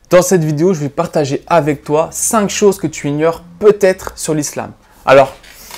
Dans cette vidéo, je vais partager avec toi 5 choses que tu ignores peut-être sur l'islam. Alors,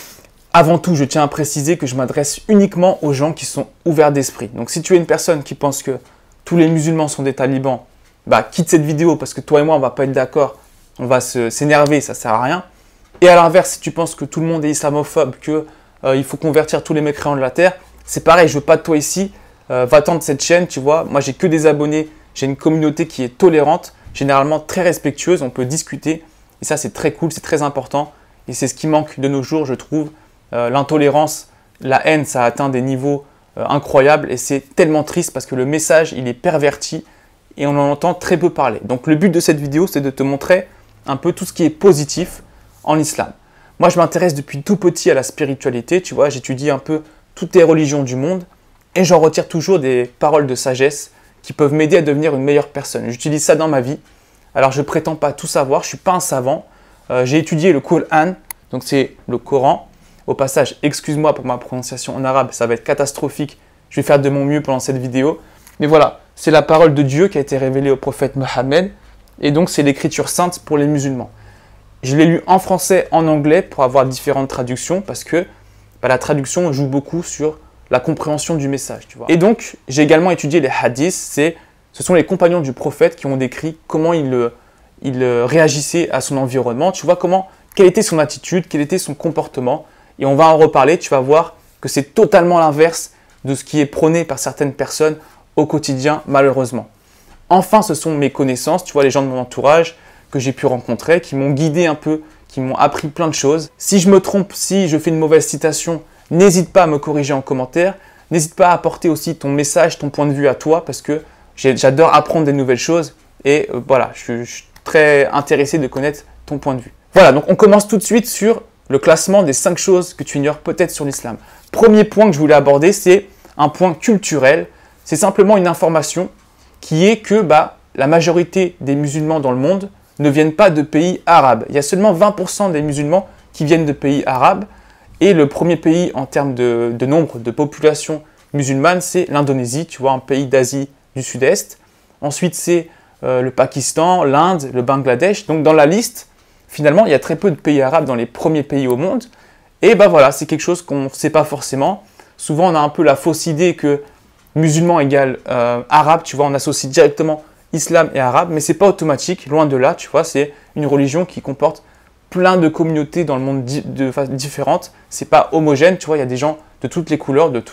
avant tout, je tiens à préciser que je m'adresse uniquement aux gens qui sont ouverts d'esprit. Donc, si tu es une personne qui pense que tous les musulmans sont des talibans, quitte cette vidéo parce que toi et moi, on ne va pas être d'accord, on va s'énerver, ça ne sert à rien. Et à l'inverse, si tu penses que tout le monde est islamophobe, qu'il faut convertir tous les mécréants de la terre, c'est pareil, je ne veux pas de toi ici, va-t'en de cette chaîne, tu vois. Moi, j'ai que des abonnés, j'ai une communauté qui est tolérante, généralement très respectueuse, on peut discuter. Et ça, c'est très cool, c'est très important. Et c'est ce qui manque de nos jours, je trouve. L'intolérance, la haine, ça atteint des niveaux incroyables. Et c'est tellement triste parce que le message, il est perverti et on en entend très peu parler. Donc le but de cette vidéo, c'est de te montrer un peu tout ce qui est positif en islam. Moi, je m'intéresse depuis tout petit à la spiritualité, tu vois. J'étudie un peu toutes les religions du monde et j'en retire toujours des paroles de sagesse qui peuvent m'aider à devenir une meilleure personne. J'utilise ça dans ma vie. Alors, je ne prétends pas tout savoir, je ne suis pas un savant. J'ai étudié le Coran, donc c'est le Coran. Au passage, excuse-moi pour ma prononciation en arabe, ça va être catastrophique. Je vais faire de mon mieux pendant cette vidéo. Mais voilà, c'est la parole de Dieu qui a été révélée au prophète Mohammed. Et donc, c'est l'écriture sainte pour les musulmans. Je l'ai lu en français, en anglais, pour avoir différentes traductions, parce que la traduction joue beaucoup sur la compréhension du message, tu vois. Et donc, j'ai également étudié les hadiths. Ce sont les compagnons du prophète qui ont décrit comment il réagissait à son environnement. Tu vois quelle était son attitude, quel était son comportement. Et on va en reparler. Tu vas voir que c'est totalement l'inverse de ce qui est prôné par certaines personnes au quotidien, malheureusement. Enfin, ce sont mes connaissances, tu vois, les gens de mon entourage que j'ai pu rencontrer, qui m'ont guidé un peu, qui m'ont appris plein de choses. Si je me trompe, si je fais une mauvaise citation, n'hésite pas à me corriger en commentaire. N'hésite pas à apporter aussi ton message, ton point de vue à toi, parce que j'adore apprendre des nouvelles choses. Et voilà, je suis très intéressé de connaître ton point de vue. Voilà, donc on commence tout de suite sur le classement des 5 choses que tu ignores peut-être sur l'islam. Premier point que je voulais aborder, c'est un point culturel. C'est simplement une information qui est que la majorité des musulmans dans le monde ne viennent pas de pays arabes. Il y a seulement 20% des musulmans qui viennent de pays arabes. Et le premier pays en termes de nombre de population musulmane, c'est l'Indonésie, tu vois, un pays d'Asie du Sud-Est. Ensuite, c'est le Pakistan, l'Inde, le Bangladesh. Donc dans la liste, finalement, il y a très peu de pays arabes dans les premiers pays au monde. Et voilà, c'est quelque chose qu'on ne sait pas forcément. Souvent, on a un peu la fausse idée que musulman égale arabe, tu vois, on associe directement islam et arabe, mais ce n'est pas automatique, loin de là, tu vois, c'est une religion qui comporte plein de communautés dans le monde différentes. C'est pas homogène, tu vois, il y a des gens de toutes les couleurs, de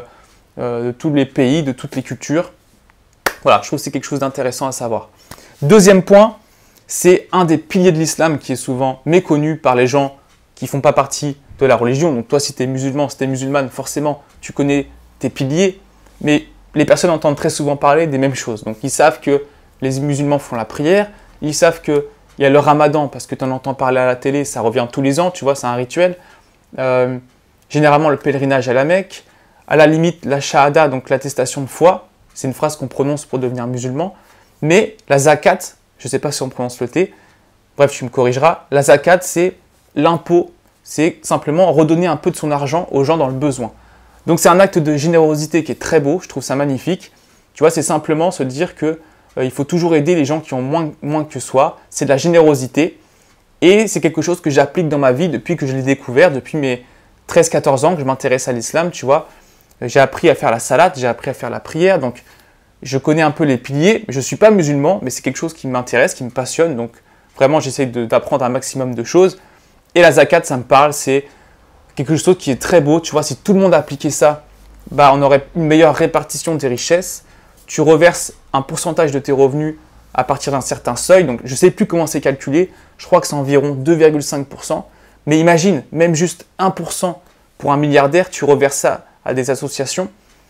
tous les pays, de toutes les cultures. Voilà, je trouve que c'est quelque chose d'intéressant à savoir. Deuxième point, c'est un des piliers de l'islam qui est souvent méconnu par les gens qui ne font pas partie de la religion. Donc toi, si tu es musulman, si tu es musulmane, forcément, tu connais tes piliers, mais les personnes entendent très souvent parler des mêmes choses. Donc ils savent que les musulmans font la prière, ils savent que il y a le ramadan, parce que tu en entends parler à la télé, ça revient tous les ans, tu vois, c'est un rituel. Généralement, le pèlerinage à la Mecque. À la limite, la shahada, donc l'attestation de foi. C'est une phrase qu'on prononce pour devenir musulman. Mais la zakat, je ne sais pas si on prononce le T, bref, tu me corrigeras. La zakat, c'est l'impôt. C'est simplement redonner un peu de son argent aux gens dans le besoin. Donc, c'est un acte de générosité qui est très beau. Je trouve ça magnifique. Tu vois, c'est simplement se dire que il faut toujours aider les gens qui ont moins que soi. C'est de la générosité. Et c'est quelque chose que j'applique dans ma vie depuis que je l'ai découvert, depuis mes 13-14 ans que je m'intéresse à l'islam, tu vois. J'ai appris à faire la salate, j'ai appris à faire la prière. Donc, je connais un peu les piliers. Je ne suis pas musulman, mais c'est quelque chose qui m'intéresse, qui me passionne. Donc, vraiment, j'essaie d'apprendre un maximum de choses. Et la zakat, ça me parle. C'est quelque chose qui est très beau. Tu vois, si tout le monde appliquait ça, on aurait une meilleure répartition des richesses. Tu reverses un pourcentage de tes revenus à partir d'un certain seuil. Donc, je ne sais plus comment c'est calculé. Je crois que c'est environ 2,5%. Mais imagine, même juste 1% pour un milliardaire, tu reverses ça à des associations.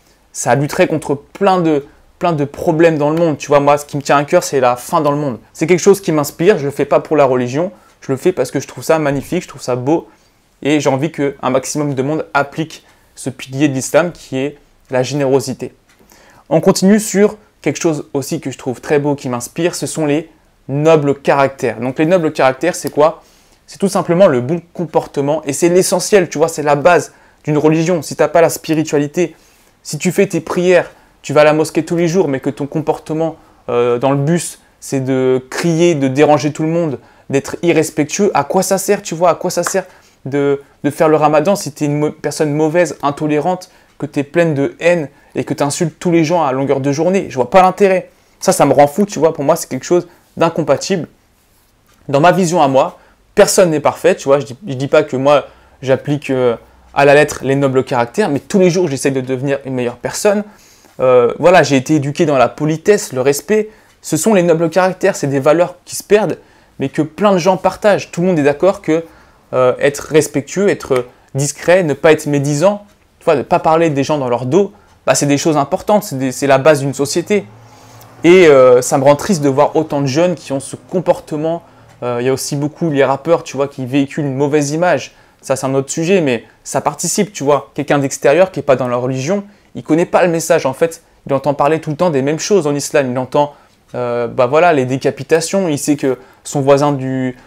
Ça lutterait contre plein de problèmes dans le monde. Tu vois, moi, ce qui me tient à cœur, c'est la faim dans le monde. C'est quelque chose qui m'inspire. Je ne le fais pas pour la religion. Je le fais parce que je trouve ça magnifique, je trouve ça beau. Et j'ai envie qu'un maximum de monde applique ce pilier de l'islam qui est la générosité. On continue sur quelque chose aussi que je trouve très beau, qui m'inspire, ce sont les nobles caractères. Donc les nobles caractères, c'est quoi? C'est tout simplement le bon comportement et c'est l'essentiel, tu vois, c'est la base d'une religion. Si tu n'as pas la spiritualité, si tu fais tes prières, tu vas à la mosquée tous les jours, mais que ton comportement dans le bus, c'est de crier, de déranger tout le monde, d'être irrespectueux. À quoi ça sert, tu vois? À quoi ça sert de faire le ramadan si tu es une personne mauvaise, intolérante, que tu es pleine de haine et que tu insultes tous les gens à longueur de journée? Je vois pas l'intérêt. Ça me rend fou, tu vois. Pour moi, c'est quelque chose d'incompatible. Dans ma vision à moi, personne n'est parfait, tu vois. Je dis pas que moi, j'applique à la lettre les nobles caractères, mais tous les jours, j'essaie de devenir une meilleure personne. Voilà, j'ai été éduqué dans la politesse, le respect. Ce sont les nobles caractères, c'est des valeurs qui se perdent, mais que plein de gens partagent. Tout le monde est d'accord que être respectueux, être discret, ne pas être médisant, tu vois, ne pas parler des gens dans leur dos, bah, c'est des choses importantes, c'est la base d'une société. Et ça me rend triste de voir autant de jeunes qui ont ce comportement. Il y a aussi beaucoup les rappeurs, tu vois, qui véhiculent une mauvaise image. Ça, c'est un autre sujet, mais ça participe, tu vois. Quelqu'un d'extérieur qui n'est pas dans la religion, il ne connaît pas le message. En fait, il entend parler tout le temps des mêmes choses en islam. Il entend voilà, les décapitations. Il sait que son voisin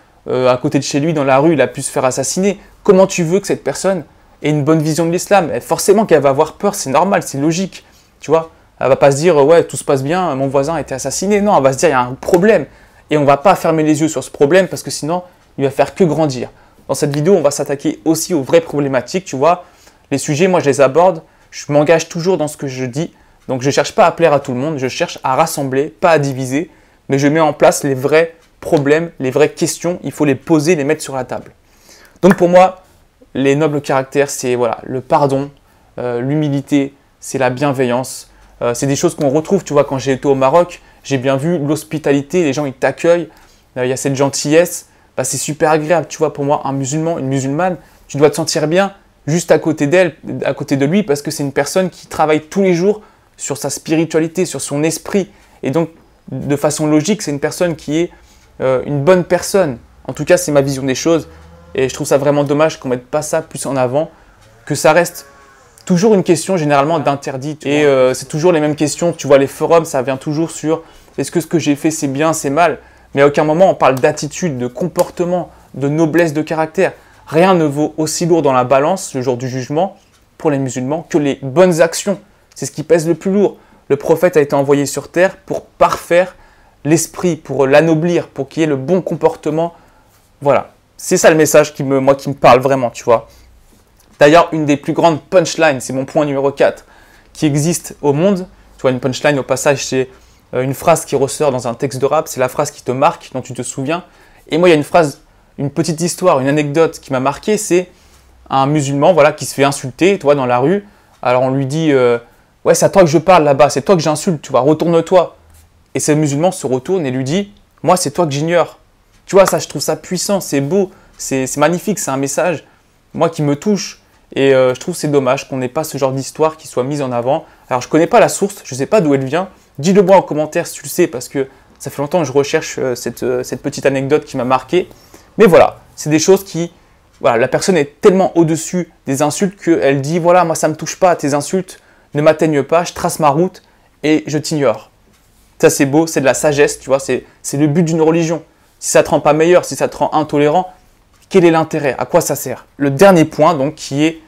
à côté de chez lui, dans la rue, il a pu se faire assassiner. Comment tu veux que cette personne ait une bonne vision de l'islam? Forcément qu'elle va avoir peur, c'est normal, c'est logique, tu vois. Elle va pas se dire « ouais, tout se passe bien, mon voisin a été assassiné ». Non, elle va se dire « il y a un problème ». Et on va pas fermer les yeux sur ce problème parce que sinon, il va faire que grandir. Dans cette vidéo, on va s'attaquer aussi aux vraies problématiques, tu vois. Les sujets, moi, je les aborde. Je m'engage toujours dans ce que je dis. Donc, je ne cherche pas à plaire à tout le monde. Je cherche à rassembler, pas à diviser. Mais je mets en place les vrais problèmes, les vraies questions. Il faut les poser, les mettre sur la table. Donc, pour moi, les nobles caractères, c'est voilà, le pardon, l'humilité, c'est la bienveillance. C'est des choses qu'on retrouve, tu vois, quand j'ai été au Maroc. J'ai bien vu l'hospitalité, les gens, ils t'accueillent. Il y a cette gentillesse. Bah, c'est super agréable, tu vois, pour moi, un musulman, une musulmane, tu dois te sentir bien juste à côté d'elle, à côté de lui, parce que c'est une personne qui travaille tous les jours sur sa spiritualité, sur son esprit. Et donc, de façon logique, c'est une personne qui est une bonne personne. En tout cas, c'est ma vision des choses. Et je trouve ça vraiment dommage qu'on ne mette pas ça plus en avant, que ça reste toujours une question généralement d'interdit. Et c'est toujours les mêmes questions. Tu vois, les forums, ça vient toujours sur est-ce que ce que j'ai fait, c'est bien, c'est mal? Mais à aucun moment on parle d'attitude, de comportement, de noblesse de caractère. Rien ne vaut aussi lourd dans la balance le jour du jugement pour les musulmans que les bonnes actions. C'est ce qui pèse le plus lourd. Le prophète a été envoyé sur terre pour parfaire l'esprit, pour l'anoblir, pour qu'il y ait le bon comportement. Voilà, c'est ça le message qui me parle vraiment, tu vois. D'ailleurs, une des plus grandes punchlines, c'est mon point numéro 4, qui existe au monde. Tu vois, une punchline au passage, c'est une phrase qui ressort dans un texte de rap, c'est la phrase qui te marque, dont tu te souviens. Et moi, il y a une phrase, une petite histoire, une anecdote qui m'a marqué, c'est un musulman voilà, qui se fait insulter, tu vois, dans la rue. Alors on lui dit ouais, c'est à toi que je parle là-bas, c'est toi que j'insulte, tu vois, retourne-toi. Et ce musulman se retourne et lui dit moi, c'est toi que j'ignore. Tu vois, ça, je trouve ça puissant, c'est beau, c'est magnifique, c'est un message, moi, qui me touche. Et je trouve c'est dommage qu'on n'ait pas ce genre d'histoire qui soit mise en avant. Alors, je ne connais pas la source, je ne sais pas d'où elle vient. Dis-le moi en commentaire si tu le sais, parce que ça fait longtemps que je recherche cette petite anecdote qui m'a marqué. Mais voilà, c'est des choses qui... Voilà, la personne est tellement au-dessus des insultes qu'elle dit « Voilà, moi ça ne me touche pas, tes insultes ne m'atteignent pas, je trace ma route et je t'ignore. » Ça c'est beau, c'est de la sagesse, tu vois, c'est le but d'une religion. Si ça ne te rend pas meilleur, si ça te rend intolérant, quel est l'intérêt? À quoi ça sert? Le dernier point, donc, qui est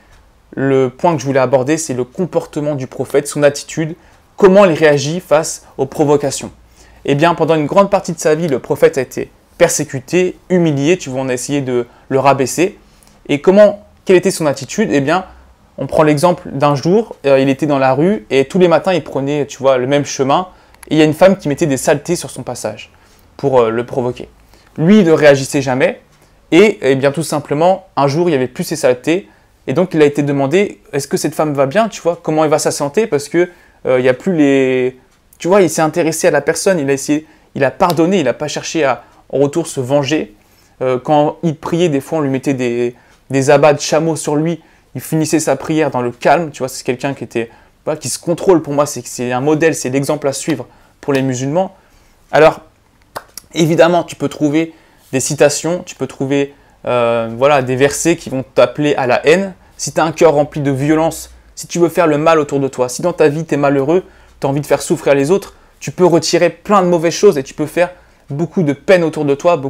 le point que je voulais aborder, c'est le comportement du prophète, son attitude, comment il réagit face aux provocations. Eh bien, pendant une grande partie de sa vie, le prophète a été persécuté, humilié, tu vois, on a essayé de le rabaisser. Et quelle était son attitude? Eh bien, on prend l'exemple d'un jour, il était dans la rue et tous les matins, il prenait, tu vois, le même chemin. Et il y a une femme qui mettait des saletés sur son passage pour le provoquer. Lui, il ne réagissait jamais. Et eh bien, tout simplement, un jour, il n'y avait plus ces saletés. Et donc, il a été demandé, est-ce que cette femme va bien, tu vois? Comment elle va sa santé? Parce que il n'y a plus les... Tu vois, il s'est intéressé à la personne, il a pardonné, il n'a pas cherché à, en retour, se venger. Quand il priait, des fois, on lui mettait des abats de chameau sur lui. Il finissait sa prière dans le calme. Tu vois, c'est quelqu'un qui se contrôle. Pour moi, c'est un modèle, c'est l'exemple à suivre pour les musulmans. Alors, évidemment, tu peux trouver des citations, tu peux trouver voilà, des versets qui vont t'appeler à la haine. Si tu as un cœur rempli de violence, si tu veux faire le mal autour de toi, si dans ta vie, tu es malheureux, tu as envie de faire souffrir les autres, tu peux retirer plein de mauvaises choses et tu peux faire beaucoup de peine autour de toi,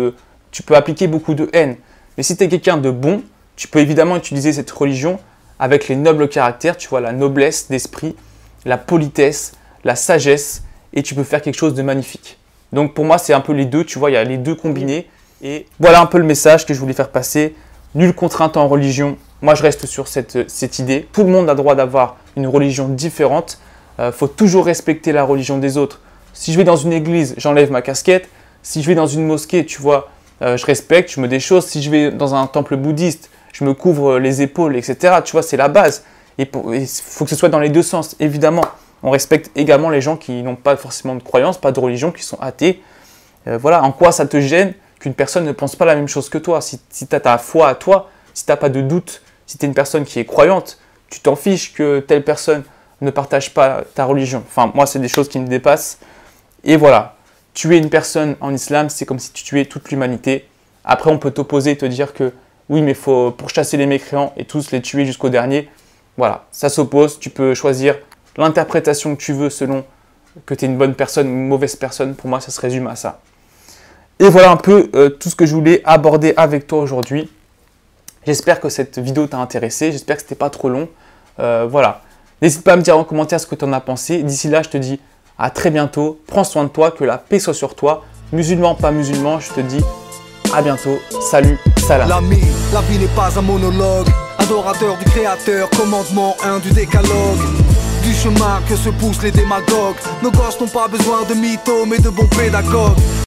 tu peux appliquer beaucoup de haine. Mais si tu es quelqu'un de bon, tu peux évidemment utiliser cette religion avec les nobles caractères, tu vois, la noblesse d'esprit, la politesse, la sagesse, et tu peux faire quelque chose de magnifique. Donc pour moi, c'est un peu les deux, tu vois, il y a les deux combinés. Et voilà un peu le message que je voulais faire passer. Nulle contrainte en religion. Moi, je reste sur cette idée. Tout le monde a le droit d'avoir une religion différente. Faut toujours respecter la religion des autres. Si je vais dans une église, j'enlève ma casquette. Si je vais dans une mosquée, tu vois, je respecte, je me des choses. Si je vais dans un temple bouddhiste, je me couvre les épaules, etc. Tu vois, c'est la base. Et il faut que ce soit dans les deux sens, évidemment. On respecte également les gens qui n'ont pas forcément de croyance, pas de religion, qui sont athées. Voilà, en quoi ça te gêne qu'une personne ne pense pas la même chose que toi? Si tu as ta foi à toi, si tu n'as pas de doute, si tu es une personne qui est croyante, tu t'en fiches que telle personne ne partage pas ta religion. Enfin, moi, c'est des choses qui me dépassent. Et voilà, tuer une personne en islam, c'est comme si tu tuais toute l'humanité. Après, on peut t'opposer et te dire que oui, mais il faut pourchasser les mécréants et tous les tuer jusqu'au dernier. Voilà, ça s'oppose. Tu peux choisir l'interprétation que tu veux selon que tu es une bonne personne ou une mauvaise personne. Pour moi, ça se résume à ça. Et voilà un peu tout ce que je voulais aborder avec toi aujourd'hui. J'espère que cette vidéo t'a intéressé. J'espère que ce n'était pas trop long. Voilà. N'hésite pas à me dire en commentaire ce que tu en as pensé. D'ici là, je te dis à très bientôt. Prends soin de toi, que la paix soit sur toi. Musulman, pas musulman, je te dis à bientôt. Salut, salam. L'ami, la vie n'est pas un monologue. Adorateur du créateur, commandement 1 du décalogue. Du chemin que se poussent les démagogues. Nos gosses n'ont pas besoin de mythos mais de bons pédagogues.